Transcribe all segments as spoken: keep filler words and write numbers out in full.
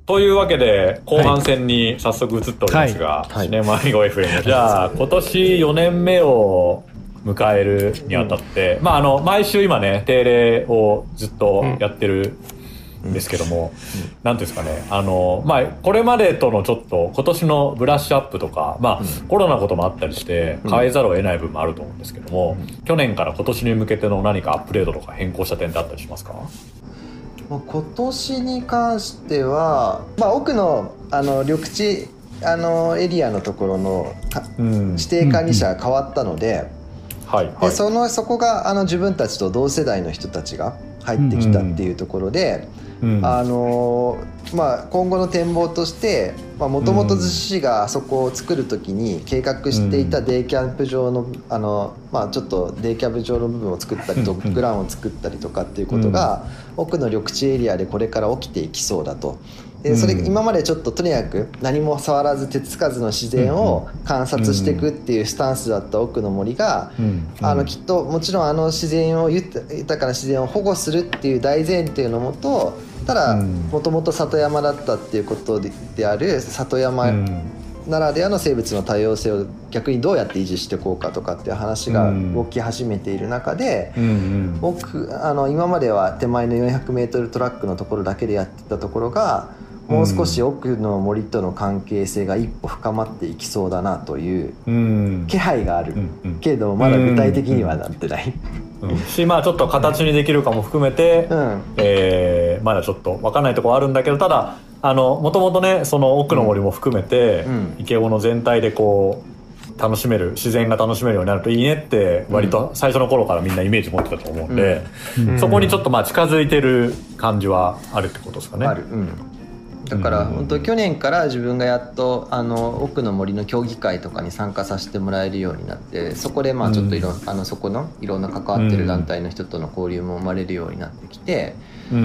というわけで後半戦に早速移っておりますが、はい、シネマイゴ エフエム、じゃあ今年よねんめを迎えるにあたって、うん、まああの毎週今ね定例をずっとやってるんですけども、うん、なんていうんですかね、あのまあこれまでとのちょっと今年のブラッシュアップとか、まあ、うん、コロナのこともあったりして変えざるを得ない部分もあると思うんですけども、うん、去年から今年に向けての何かアップデートとか変更した点ってあったりしますか？ 今年に関しては、まあ、奥の、あの緑地あのエリアのところの、うん、指定管理者が変わったので、うんはいはい、で そ, のそこがあの自分たちと同世代の人たちが入ってきたっていうところで、うんうんあのまあ、今後の展望としてもともと逗子市があそこを作るときに計画していたデイキャンプ場 の, あの、まあ、ちょっとデイキャンプ場の部分を作ったりドッグランを作ったりとかっていうことが奥の緑地エリアでこれから起きていきそうだと。でそれ今までちょっととにかく何も触らず手つかずの自然を観察していくっていうスタンスだった奥の森が、あのきっともちろんあの自然を豊かな自然を保護するっていう大前提のもと、ただもともと里山だったっていうことである里山ならではの生物の多様性を逆にどうやって維持していこうかとかっていう話が動き始めている中で、僕あの今までは手前の よんひゃくメートル トラックのところだけでやってたところがもう少し奥の森との関係性が一歩深まっていきそうだなという気配がある、うんうん、けれどもまだ具体的にはなってない、 うんうん、し、まあ、ちょっと形にできるかも含めて、うんえー、まだちょっと分かんないところあるんだけど、ただあのもともとねその奥の森も含めて、うん、池子の全体でこう楽しめる自然が楽しめるようになるといいねって割と最初の頃からみんなイメージ持ってたと思うんで、うんうん、そこにちょっとまあ近づいてる感じはあるってことですかね。 ある、うんだから本当去年から自分がやっとあの奥の森の協議会とかに参加させてもらえるようになって、そこでまあちょっといろ、うん、あのそこのいろんな関わってる団体の人との交流も生まれるようになってきて、うん、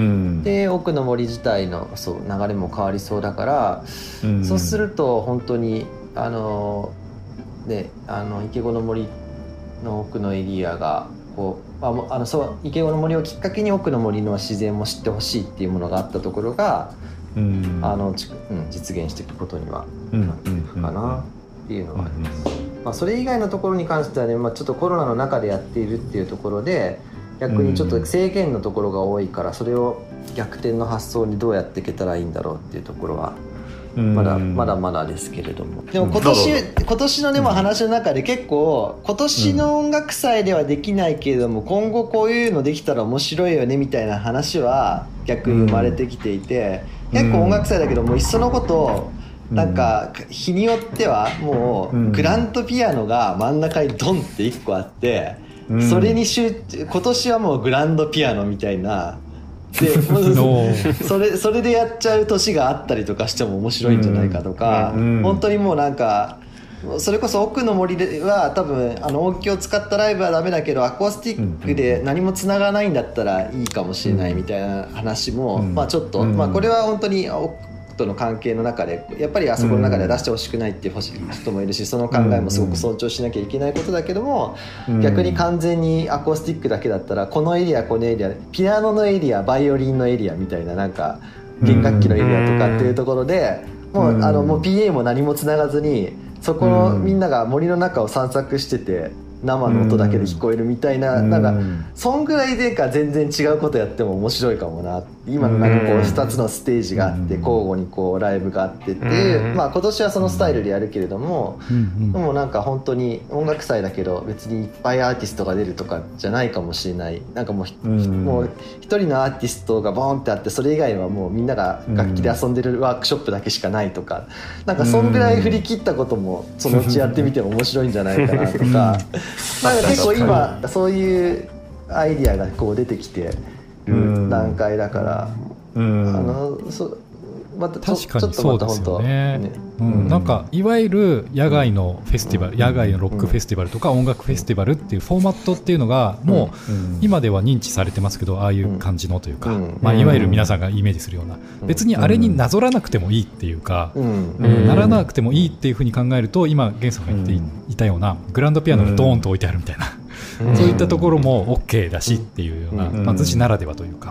で奥の森自体のそう流れも変わりそうだから、うん、そうすると本当にあの、ね、あの池子の森の奥のエリアがこうああのそう池子の森をきっかけに奥の森の自然も知ってほしいっていうものがあったところがうん、あのうん、実現していくことにはなっていくかなっていうのがあります、うんまあ、それ以外のところに関してはね、まあ、ちょっとコロナの中でやっているっていうところで逆にちょっと制限のところが多いから、それを逆転の発想にどうやっていけたらいいんだろうっていうところはまだまだまだですけれども、でも今年、今年のでも話の中で結構今年の音楽祭ではできないけれども今後こういうのできたら面白いよねみたいな話は逆に生まれてきていて、結構音楽祭だけどもういっそのことなんか日によってはもうグランドピアノが真ん中にドンっていっこあってそれに集中、今年はもうグランドピアノみたいなでそれ、それでやっちゃう年があったりとかしても面白いんじゃないかとか、本当にもうなんかそれこそ奥の森では多分あの音響を使ったライブはダメだけどアコースティックで何もつながらないんだったらいいかもしれないみたいな話も、まあちょっと、まあこれは本当にとの関係の中でやっぱりあそこの中で出してほしくないっていう人もいるし、その考えもすごく尊重しなきゃいけないことだけども、逆に完全にアコースティックだけだったらこのエリアこのエリアピアノのエリアバイオリンのエリアみたいななんか弦楽器のエリアとかっていうところでもうあのもう ピーエー も何もつながずにそこのみんなが森の中を散策してて生の音だけで聞こえるみたいな、なんかそんぐらいでか全然違うことやっても面白いかもな。今のなんかこうふたつのステージがあって交互にこうライブがあってっていう、まあ今年はそのスタイルでやるけれども、でもなんか本当に音楽祭だけど別にいっぱいアーティストが出るとかじゃないかもしれない。なんかもうもう一人のアーティストがボーンってあってそれ以外はもうみんなが楽器で遊んでるワークショップだけしかないとか、なんかそんぐらい振り切ったこともそのうちやってみても面白いんじゃないかなとか、なんか結構今そういうアイディアがこう出てきてる段階だから、うん、あのそまた確かにそうですよね。ね、うん、なんかいわゆる野外のフェスティバル、野外のロックフェスティバルとか音楽フェスティバルっていうフォーマットっていうのがもう今では認知されてますけど、ああいう感じのというか、まあ、いわゆる皆さんがイメージするような、別にあれになぞらなくてもいいっていうか、ならなくてもいいっていうふうに考えると、今源さんが言っていたようなグランドピアノがドーンと置いてあるみたいな、そういったところも OK だしっていうような、まあ、逗子ならではというか、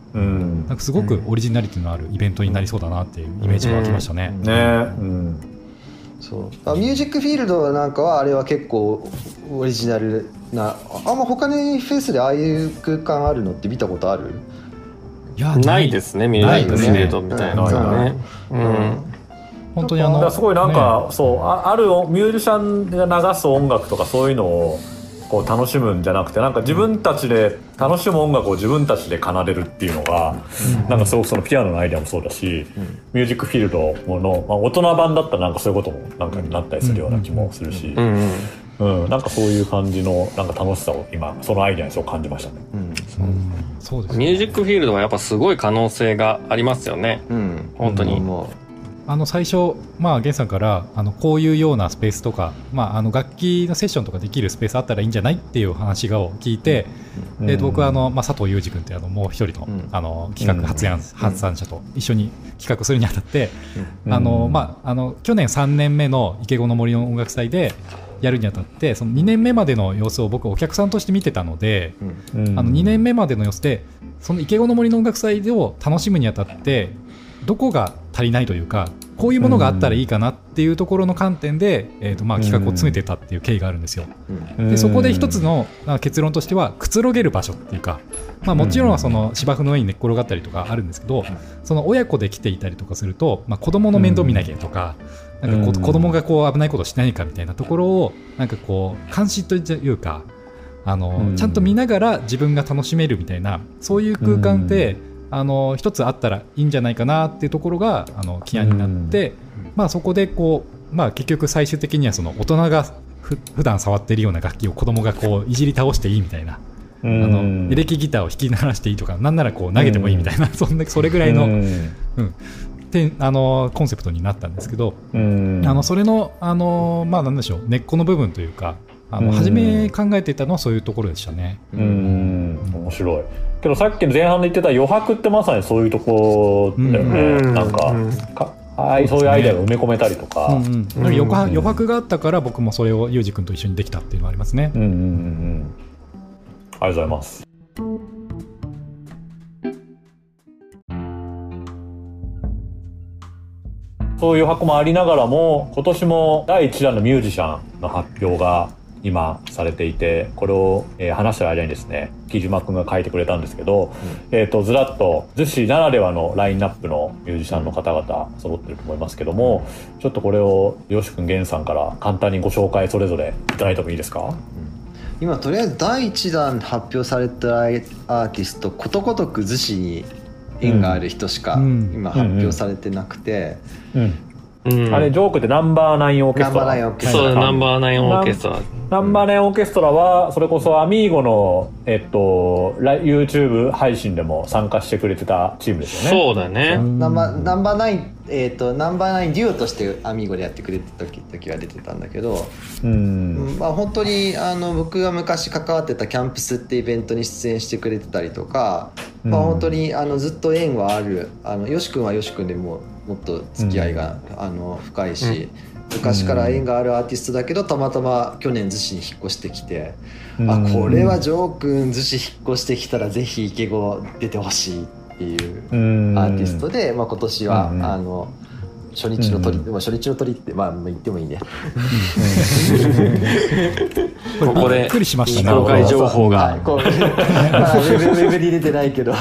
うん、なんかすごくオリジナリティのあるイベントになりそうだなっていうイメージが湧きましたね。 うん、ね、うん、 そうミュージックフィールドなんかはあれは結構オリジナルな、あんま他にフェスでああいう空間あるのって見たことある？ いやないですね、ミュージックフィールドみたいなのね。 本当にあのすごいなんか、ね、そう あ, あるミュージシャンが流す音楽とかそういうのをこう楽しむんじゃなくて、なんか自分たちで楽しむ音楽を自分たちで奏でるっていうのが、うん、なんかすごくそのピアノのアイデアもそうだし、うん、ミュージックフィールドの、まあ、大人版だったらなんかそういうこともなんかになったりするような気もするし、うんうんうんうん、なんかそういう感じのなんか楽しさを今そのアイデアにそう感じましたね。うんうん、 そうですね。ミュージックフィールドはやっぱすごい可能性がありますよね。うん、本当に。うん、 あの最初、まあ、源さんからあのこういうようなスペースとか、まあ、あの楽器のセッションとかできるスペースあったらいいんじゃないっていう話を聞いて、うん、で僕はあの、まあ、佐藤裕二君ってあのもう一人の、うん、あの企画発案、うん、発案者と一緒に企画するにあたって、うん、あのまあ、あの去年さんねんめの池子の森の音楽祭でやるにあたってそのにねんめまでの様子を僕お客さんとして見てたので、うん、あのにねんめまでの様子でその池子の森の音楽祭を楽しむにあたってどこが足りないというかこういうものがあったらいいかなっていうところの観点で、えーとまあ、企画を詰めてたっていう経緯があるんですよ。でそこで一つの結論としてはくつろげる場所っていうか、まあ、もちろんその芝生の上に寝っ転がったりとかあるんですけど、その親子で来ていたりとかすると、まあ、子供の面倒見なきゃとか、なんかこ子供がこう危ないことしないかみたいなところをなんかこう監視というかあのちゃんと見ながら自分が楽しめるみたいなそういう空間ってあの一つあったらいいんじゃないかなっていうところがあの起案になって、まあ、そこでこう、まあ、結局最終的にはその大人がふ普段触っているような楽器を子供がこういじり倒していいみたいな、あのエレキギターを弾き鳴らしていいとかなんならこう投げてもいいみたいなそんなそれぐらいの、うんであのコンセプトになったんですけど、あのそれの、あの、まあ、なんでしょう根っこの部分というかあの初め考えていたのはそういうところでしたね。 うん、面白いけどさっきの前半で言ってた余白ってまさにそういうところだよね。うんなんか、うん、かあそういうアイデアが埋め込めたりとか、うんうん、 余白、余白があったから僕もそれをユージ君と一緒にできたっていうのはありますね。うんうんうんうん、 ありがとうございます。そういう箱もありながらも今年もだいいちだんのミュージシャンの発表が今されていて、これを、えー、話してる間にですね木島くんが書いてくれたんですけど、うんえー、とずらっと逗子ならではのラインナップのミュージシャンの方々揃ってると思いますけども、ちょっとこれをよしくん源さんから簡単にご紹介それぞれいただいてもいいですか。うん、 今とりあえずだいいちだん発表されたアーティストことごとく逗子に縁がある人しか今発表されてなくて、 うんうんうん、あれジョークってナンバーナインオーケストラ、 そうナンバーナインオーケストラナンバーナインオーケストラはそれこそアミーゴの、えっと、YouTube 配信でも参加してくれてたチームですよね。そうだね。 ナンバー、ナンバーナイン、えーと、ナンバーナインデュオとしてアミーゴでやってくれてた時、時は出てたんだけど、うんまあ、本当にあの僕が昔関わってたキャンプスってイベントに出演してくれてたりとか、まあ、本当にあのずっと縁はある、あのよし君はよし君でももっと付き合いが、うん、あの深いし、うん、昔から縁があるアーティストだけどたまたま去年逗子に引っ越してきて、うん、あこれはジョー君逗子引っ越してきたらぜひ池子出てほしいっていうアーティストで、まあ、今年は、うん、あの初日の鳥、うん、初日の鳥ってまあ言ってもいいねここで公開情報が、はい、こうまあ、ウェブに出てないけど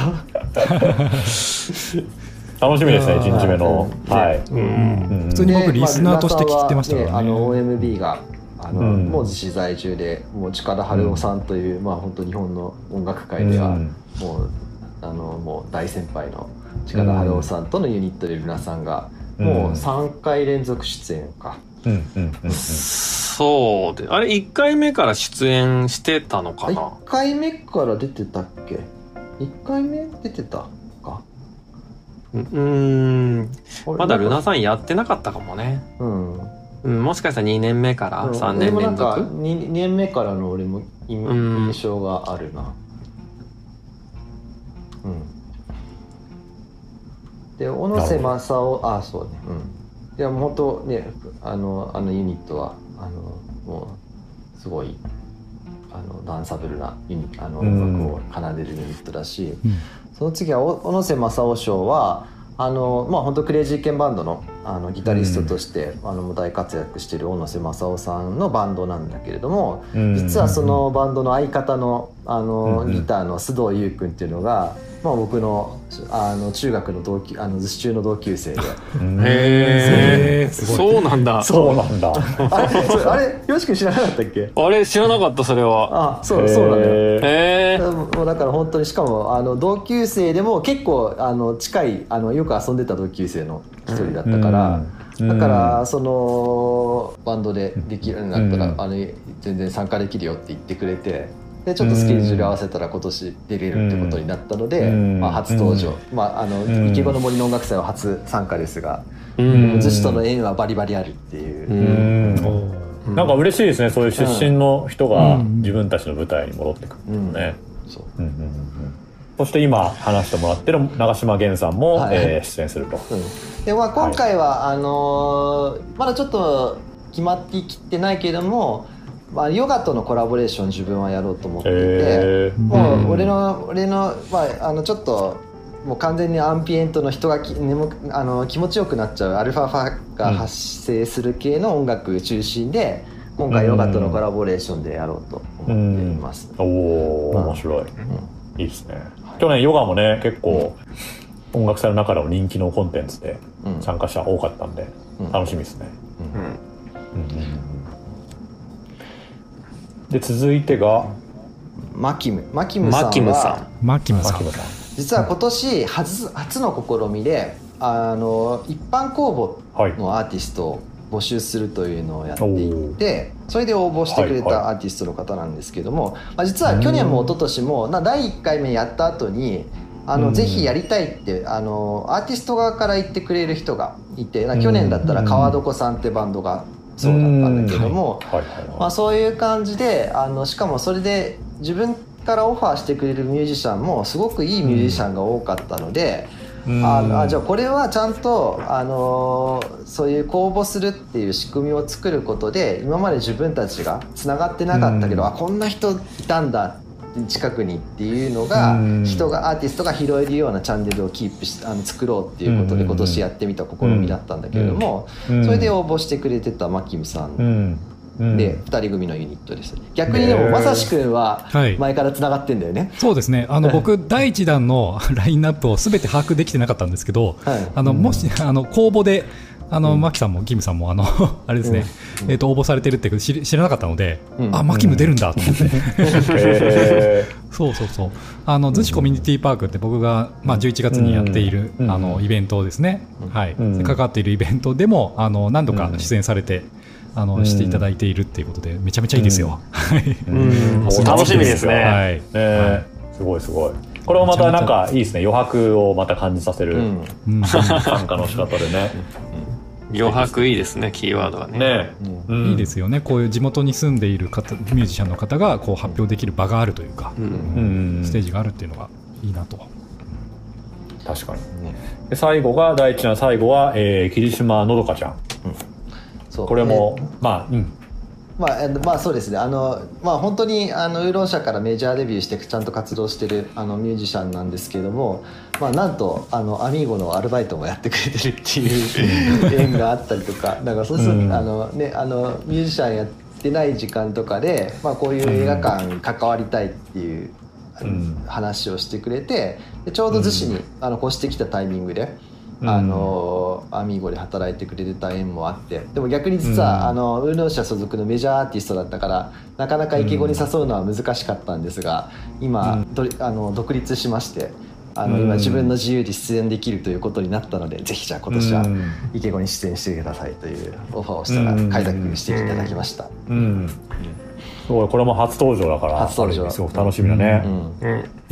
楽しみですね、いちにちめの、はい、うんうん、普通に僕リスナーとして聞いてましたからね。 まあ、あの オーエムビー があの、うん、もう逗子在住でもう近田春夫さんという、うん、まあ本当日本の音楽界では、うん、もうあのもう大先輩の近田春夫さんとのユニットでルナさんが、うん、もうさんかい連続出演か、うんうんうんうん、 そうであれいっかいめから出演してたのかな。 いっかいめから出てたっけ。いっかいめ出てたか。 うーんまだルナさんやってなかったかもね。うんうん、もしかしたらにねんめからさんねん連続、うん、 に, にねんめからの俺も印象があるな。うん、うん、で小野瀬正夫あそうね、うん、いやもう本当ねあのあのユニットはあのもうすごいあのダンサブルなユニあの音楽を奏でるユニットだし、うん、 その次は小野瀬正夫賞はあのまあ本当クレイジーケンバンドのあのギタリストとして、うん、あの大活躍している小野瀬正夫さんのバンドなんだけれども、うん、実はそのバンドの相方のあの、うん、ギターの須藤優君っていうのが、まあ、僕のあの中学の同級あの図中の同級生で。 へえ、そうなんだ。 そうなんだ。 あれ、それあれ、よし君知らなかったっけ？ あれ知らなかったそれは。 あ、そうそうなんだよ。 へえ。 もうだから本当にしかもあの同級生でも結構あの近いあのよく遊んでた同級生の一人だったから、うん、だからそのバンドでできるようになったら、うん、あの全然参加できるよって言ってくれて。でちょっとスケジュール合わせたら今年出れるってことになったので、うんまあ、初登場、うんまあ、あのいけごの森の音楽祭は初参加ですが、うん、逗子との縁はバリバリあるっていう、うんうん、なんか嬉しいですね、そういう出身の人が自分たちの舞台に戻ってくるのね。そして今話してもらってる長嶋源さんも、はいえー、出演すると、 うんでまあ、今回は、はいあのー、まだちょっと決まってきてないけれどもまあ、ヨガとのコラボレーション自分はやろうと思っていて、もう俺の俺の、まあ、あのちょっともう完全にアンビエントの人がき眠あの気持ちよくなっちゃうアルファ波が発生する系の音楽中心で、うん、今回ヨガとのコラボレーションでやろうと思っています、 うん、おお、まあ、面白い、うん、いいですね。去年ヨガもね結構、うん、音楽祭の中でも人気のコンテンツで参加者多かったんで、うん、楽しみですね、うんうんうんで続いてがマキムマキムさんはマキムさん実は今年 初, 初の試みであの一般公募のアーティストを募集するというのをやっていて、はい、それで応募してくれたアーティストの方なんですけども、はいはいまあ、実は去年も一昨年もなだいいっかいめやった後にあのぜひやりたいってあのアーティスト側から言ってくれる人がいて去年だったら川床さんってバンドがそうだったんだけども、まあ、そういう感じであのしかもそれで自分からオファーしてくれるミュージシャンもすごくいいミュージシャンが多かったので、うん、ああじゃあこれはちゃんと、あのー、そういう公募するっていう仕組みを作ることで今まで自分たちがつながってなかったけど、うん、あこんな人いたんだ近くにっていうのが、うん、人がアーティストが拾えるようなチャンネルをキープしあの作ろうっていうことで今年やってみた試みだったんだけれども、うんうん、それで応募してくれてたマキムさん、うんうん、でふたり組のユニットです。逆にでもまさしくんは前からつながってんだよね、はい、 そうですねあの僕だいいちだんのラインナップを全て把握できてなかったんですけど、はい、あのもしあの公募であの、うん、マキさんもキムさんもあのあれですね、うんえー、と応募されてるって知知らなかったので、うん、あマキム出るんだと思って、うんえー、そうそうそうあの逗子コミュニティパークって僕が、まあ、じゅういちがつにやっている、うん、あのイベントですね、うんはいうん、関わっているイベントでもあの何度か出演されて、うん、あのしていただいているっていうことでめちゃめちゃいいですよ、うんうん、楽しみですね、 はいえー、すごいすごいこれもまたなんかいいですね余白をまた感じさせる、うん、参加の仕方でね余白いいですねキーワードが ね, ね、 うん、いいですよねこういう地元に住んでいる方ミュージシャンの方がこう発表できる場があるというか、うんうん、ステージがあるっていうのがいいなと確かに、ね、で最後が第一弾最後は、えー、霧島のどかちゃん、うん、そうこれも、ね、まあうんまあ、まあそうですねあの、まあ、本当にあのウーロン社からメジャーデビューしてちゃんと活動してるあのミュージシャンなんですけども、まあ、なんとあのアミーゴのアルバイトもやってくれてるっていう縁があったりとかなんかそうすると、うん、あのね、あのミュージシャンやってない時間とかで、まあ、こういう映画館に関わりたいっていう話をしてくれてでちょうど逗子にあの越してきたタイミングであのアミーゴで働いてくれてた縁もあってでも逆に実は、うん、あのウーロン社所属のメジャーアーティストだったからなかなかイケゴに誘うのは難しかったんですが今、うん、あの独立しましてあの今自分の自由で出演できるということになったので、うん、ぜひじゃあ今年はイケゴに出演してくださいというオファーをしたら快諾していただきました、うんうんうん、 すごいこれも初登場だから初登場すごく楽しみだね、うんうんうんうん、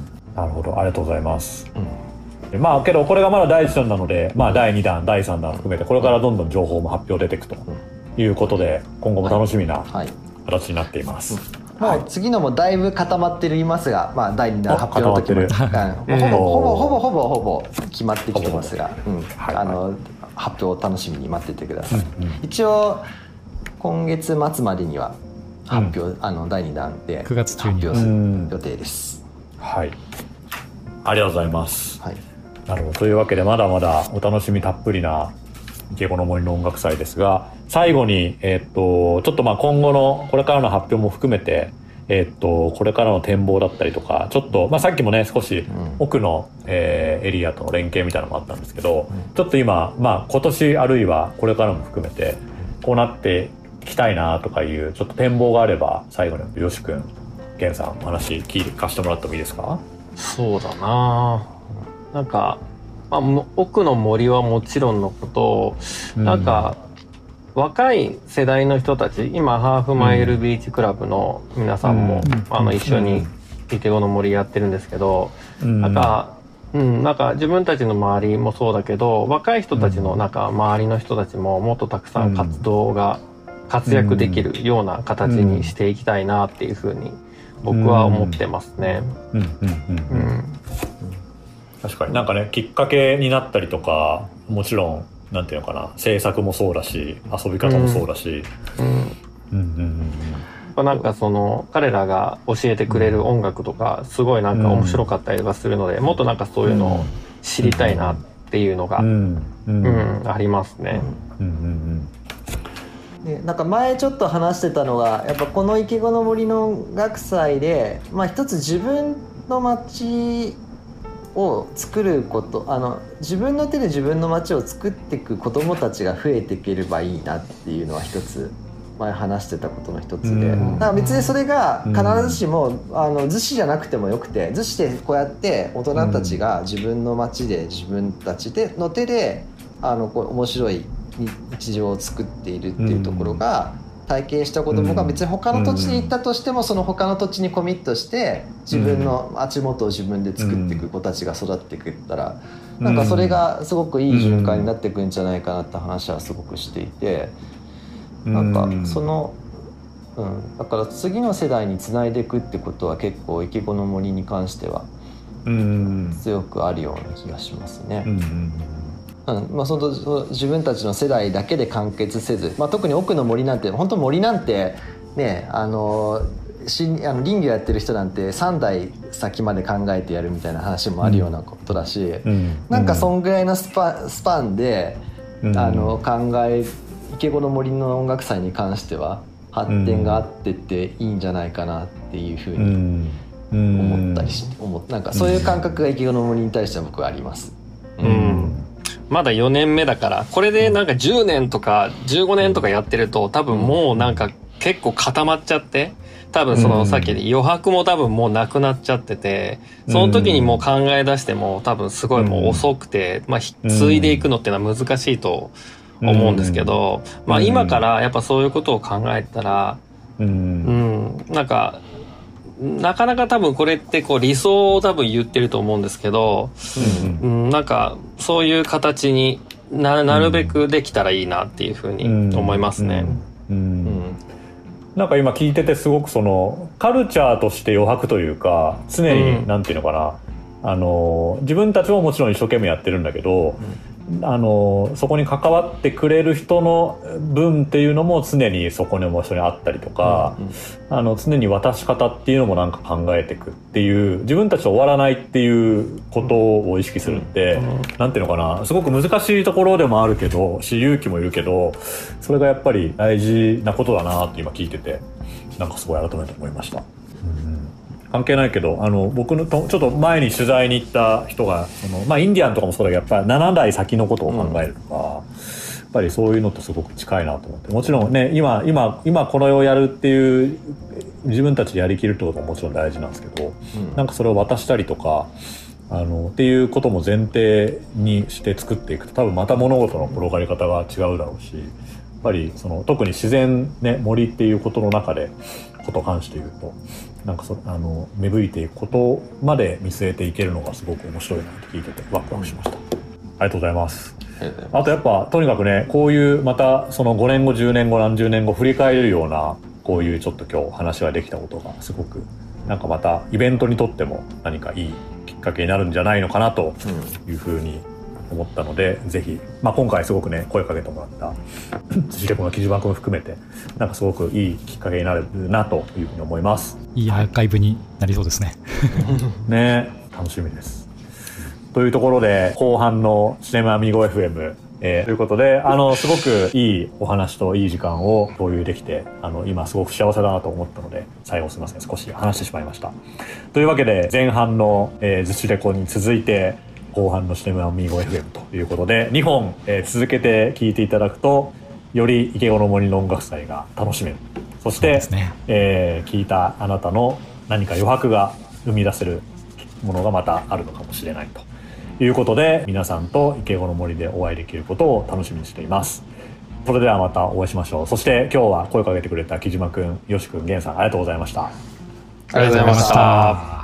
なるほどありがとうございます、うんまあけどこれがまだだいいちだんなので、まあ、だいにだんだいさんだん含めてこれからどんどん情報も発表出ていくということで今後も楽しみな形になっています、 はいはい、もう次のもだいぶ固まっていますが、まあ、だいにだん発表の時もほぼほぼほぼほぼほぼ決まってきてますが、うんはい、あの発表を楽しみに待っててください、うんうん、一応今月末までには発表、うん、あのだいにだんで発表する予定です、 うん、はいありがとうございます、 はい、 なるほど。というわけでまだまだお楽しみたっぷりな池子の森の音楽祭ですが、最後に、えー、っとちょっとまあ今後のこれからの発表も含めて、えー、っとこれからの展望だったりとか、ちょっと、まあ、さっきもね少し奥の、えー、エリアとの連携みたいなのもあったんですけど、うん、ちょっと今、まあ、今年あるいはこれからも含めてこうなっていきたいなとかいうちょっと展望があれば、最後によし君、源さんお話聞かせてもらってもいいですか？ そうだな、なんか、まあ、奥の森はもちろんのこと、なんか、うん、若い世代の人たち、今ハーフマイルビーチクラブの皆さんも、うん、あの一緒に池子の森やってるんですけど、うん、なんか、うん、なんか自分たちの周りもそうだけど、若い人たちのなんか周りの人たちももっとたくさん活動が活躍できるような形にしていきたいなっていうふうに僕は思ってますね。 確かになんかね、きっかけになったりとか、もちろんなんていうのかな、制作もそうだし遊び方もそうだし、 なんかその彼らが教えてくれる音楽とかすごいなんか面白かったりはするので、もっとなんかそういうのを知りたいなっていうのが、うんうんうん、ありますね。うんうんうんでなんか前ちょっと話してたのが、やっぱこの池子の森の音楽祭で、まあ、一つ自分の街を作ること、あの自分の手で自分の街を作っていく子どもたちが増えていければいいなっていうのは一つ前話してたことの一つで、だから別にそれが必ずしもあの逗子じゃなくてもよくて、逗子でこうやって大人たちが自分の街で自分たちでの手であのこう面白い日常を作っているっていうところが体験した子どもが別に他の土地に行ったとしても、その他の土地にコミットして自分の足元を自分で作っていく子たちが育っていけたら、なんかそれがすごくいい循環になっていくんじゃないかなって話はすごくしていて、なんかその、うん、だから次の世代につないでいくってことは結構池子の森に関しては強くあるような気がしますね。うんうんうんまあ、その自分たちの世代だけで完結せず、まあ、特に奥の森なんて本当森なんてね、あのしあの林業やってる人なんてさん代先まで考えてやるみたいな話もあるようなことだし、うん、なんかそんぐらいのスパ、スパンで、うん、あの考え池子の森の音楽祭に関しては発展があってっていいんじゃないかなっていうふうに思ったりして、思っなんかそういう感覚が池子の森に対しては僕はあります。うんうんまだよねんめだから、これでなんかじゅうねんとかじゅうごねんとかやってると多分もうなんか結構固まっちゃって、多分そのさっきで余白も多分もうなくなっちゃってて、その時にもう考え出しても多分すごいもう遅くて、まあ継いでいくのってのは難しいと思うんですけど、まあ今からやっぱそういうことを考えたら、うん、なんかなかなか多分これってこう理想を多分言ってると思うんですけど、うんうん、なんかそういう形に な, なるべくできたらいいなっていうふうに思いますね。うんうんうん、 なんか今聞いててすごくそのカルチャーとして余白というか、常になんていうのかな、うん、あの自分たちももちろん一生懸命やってるんだけど、うん、あのそこに関わってくれる人の分っていうのも常にそこにも一緒にあったりとか、うんうん、あの常に渡し方っていうのもなんか考えていくっていう、自分たちは終わらないっていうことを意識するって、うんうん、なんていうのかな、すごく難しいところでもあるけどし、勇気もいるけど、それがやっぱり大事なことだなって今聞いてて、なんかすごい改めて思いました。うん関係ないけど、あの僕のとちょっと前に取材に行った人がその、まあ、インディアンとかもそうだけど、やっぱりなな代先のことを考えるとか、うん、やっぱりそういうのとすごく近いなと思って、もちろんね 今, 今, 今これをやるっていう自分たちでやりきるってことももちろん大事なんですけど、うん、なんかそれを渡したりとかあのっていうことも前提にして作っていくと、多分また物事の転がり方が違うだろうし、やっぱりその特に自然、ね、森っていうことの中でことを関して言うと、なんかそあの芽吹いていくことまで見据えていけるのがすごく面白いなって聞いててワクワクしました。ありがとうございます。あとやっぱとにかくね、こういうまたそのごねんごじゅうねんご何十年後振り返れるようなこういうちょっと今日話ができたことがすごくなんかまたイベントにとっても何かいいきっかけになるんじゃないのかなというふうに思ったので、うん、ぜひ、まあ、今回すごくね声かけてもらった辻レコの記事バンクも含めてなんかすごくいいきっかけになるなというふうに思います。 いいアーカイブになりそうですねね、楽しみです。 というところで後半のシネマアミーゴ エフエム、えー、ということであのすごくいいお話といい時間を共有できてあの今すごく幸せだなと思ったので最後すみません少し話してしまいました。というわけで前半の、えー、ズチレコに続いて後半のシネマアミーゴ エフエム ということでにほん、えー、続けて聞いていただくとより池子の森の音楽祭が楽しめる。そして、ねえー、聞いたあなたの何か余白が生み出せるものがまたあるのかもしれないということで皆さんと池子の森でお会いできることを楽しみにしています。それではまたお会いしましょう。そして今日は声をかけてくれた木島くん、よしくん、げんさんありがとうございました。 ありがとうございました。